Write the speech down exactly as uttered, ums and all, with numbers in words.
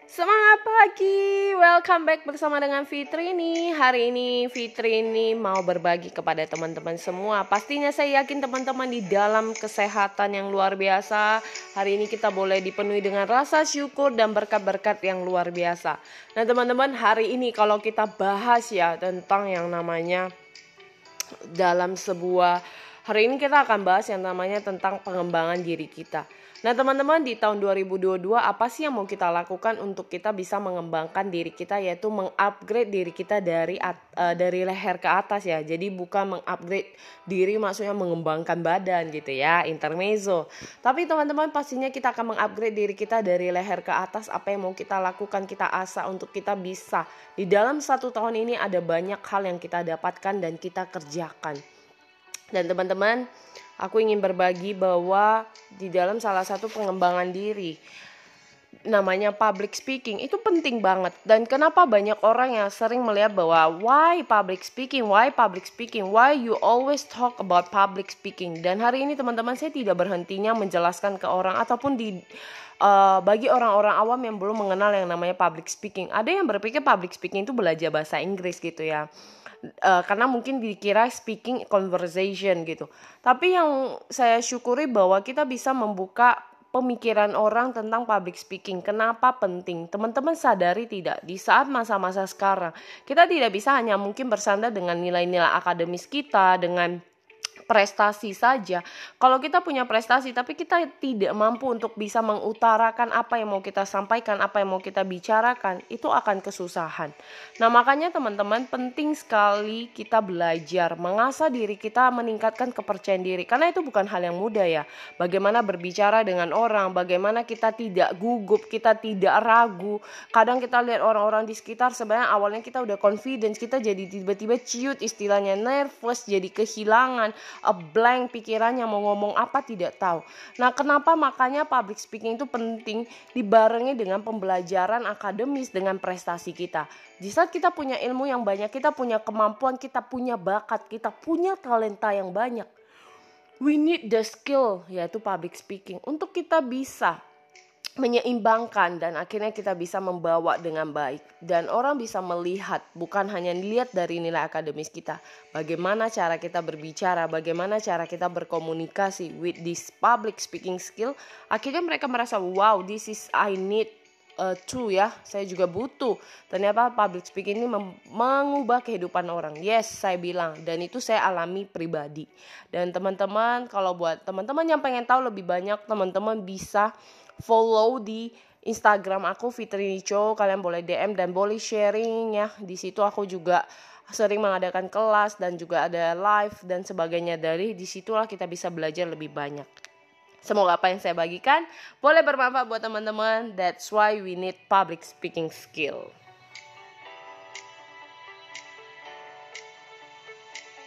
Semangat pagi, welcome back bersama dengan Fitri nih. Hari ini Fitri ini mau berbagi kepada teman-teman semua. Pastinya saya yakin teman-teman di dalam kesehatan yang luar biasa. Hari ini kita boleh dipenuhi dengan rasa syukur dan berkat-berkat yang luar biasa. Nah teman-teman, hari ini kalau kita bahas ya tentang yang namanya dalam sebuah Hari ini kita akan bahas yang namanya tentang pengembangan diri kita. Nah teman-teman, di tahun dua ribu dua puluh dua apa sih yang mau kita lakukan untuk kita bisa mengembangkan diri kita, yaitu mengupgrade diri kita dari uh, dari leher ke atas ya. Jadi bukan mengupgrade diri maksudnya mengembangkan badan gitu ya, intermezzo. Tapi teman-teman, pastinya kita akan mengupgrade diri kita dari leher ke atas. Apa yang mau kita lakukan, kita asah untuk kita bisa di dalam satu tahun ini ada banyak hal yang kita dapatkan dan kita kerjakan. Dan teman-teman, aku ingin berbagi bahwa di dalam salah satu pengembangan diri namanya public speaking itu penting banget. Dan kenapa banyak orang yang sering melihat bahwa why public speaking, why public speaking, why you always talk about public speaking. Dan hari ini teman-teman, saya tidak berhentinya menjelaskan ke orang ataupun di uh, bagi orang-orang awam yang belum mengenal yang namanya public speaking. Ada yang berpikir public speaking itu belajar bahasa Inggris gitu ya. Uh, karena mungkin dikira speaking conversation gitu. Tapi yang saya syukuri bahwa kita bisa membuka pemikiran orang tentang public speaking. Kenapa penting? Teman-teman sadari tidak? Di saat masa-masa sekarang, kita tidak bisa hanya mungkin bersandar dengan nilai-nilai akademis kita, dengan prestasi saja. Kalau kita punya prestasi tapi kita tidak mampu untuk bisa mengutarakan apa yang mau kita sampaikan, apa yang mau kita bicarakan, itu akan kesusahan. Nah makanya teman-teman, penting sekali kita belajar, mengasah diri kita, meningkatkan kepercayaan diri. Karena itu bukan hal yang mudah ya. Bagaimana berbicara dengan orang, bagaimana kita tidak gugup, kita tidak ragu. Kadang kita lihat orang-orang di sekitar, sebenarnya awalnya kita udah confidence, kita jadi tiba-tiba ciut, istilahnya nervous, jadi kehilangan a blank pikirannya, mau ngomong apa tidak tahu. Nah kenapa makanya public speaking itu penting dibarengi dengan pembelajaran akademis dengan prestasi kita. Di saat kita punya ilmu yang banyak, kita punya kemampuan, kita punya bakat, kita punya talenta yang banyak, we need the skill, yaitu public speaking, untuk kita bisa menyeimbangkan dan akhirnya kita bisa membawa dengan baik. Dan orang bisa melihat, bukan hanya dilihat dari nilai akademis kita, bagaimana cara kita berbicara, bagaimana cara kita berkomunikasi with this public speaking skill. Akhirnya mereka merasa, wow, this is I need uh, too ya, saya juga butuh. Ternyata public speaking ini mem- mengubah kehidupan orang. Yes, saya bilang, dan itu saya alami pribadi. Dan teman-teman, kalau buat teman-teman yang pengen tahu lebih banyak, teman-teman bisa follow di Instagram aku Fitri Nicho. Kalian boleh D M dan boleh sharing ya. Di situ aku juga sering mengadakan kelas dan juga ada live dan sebagainya. Dari disitulah kita bisa belajar lebih banyak. Semoga apa yang saya bagikan boleh bermanfaat buat teman-teman. That's why we need public speaking skill.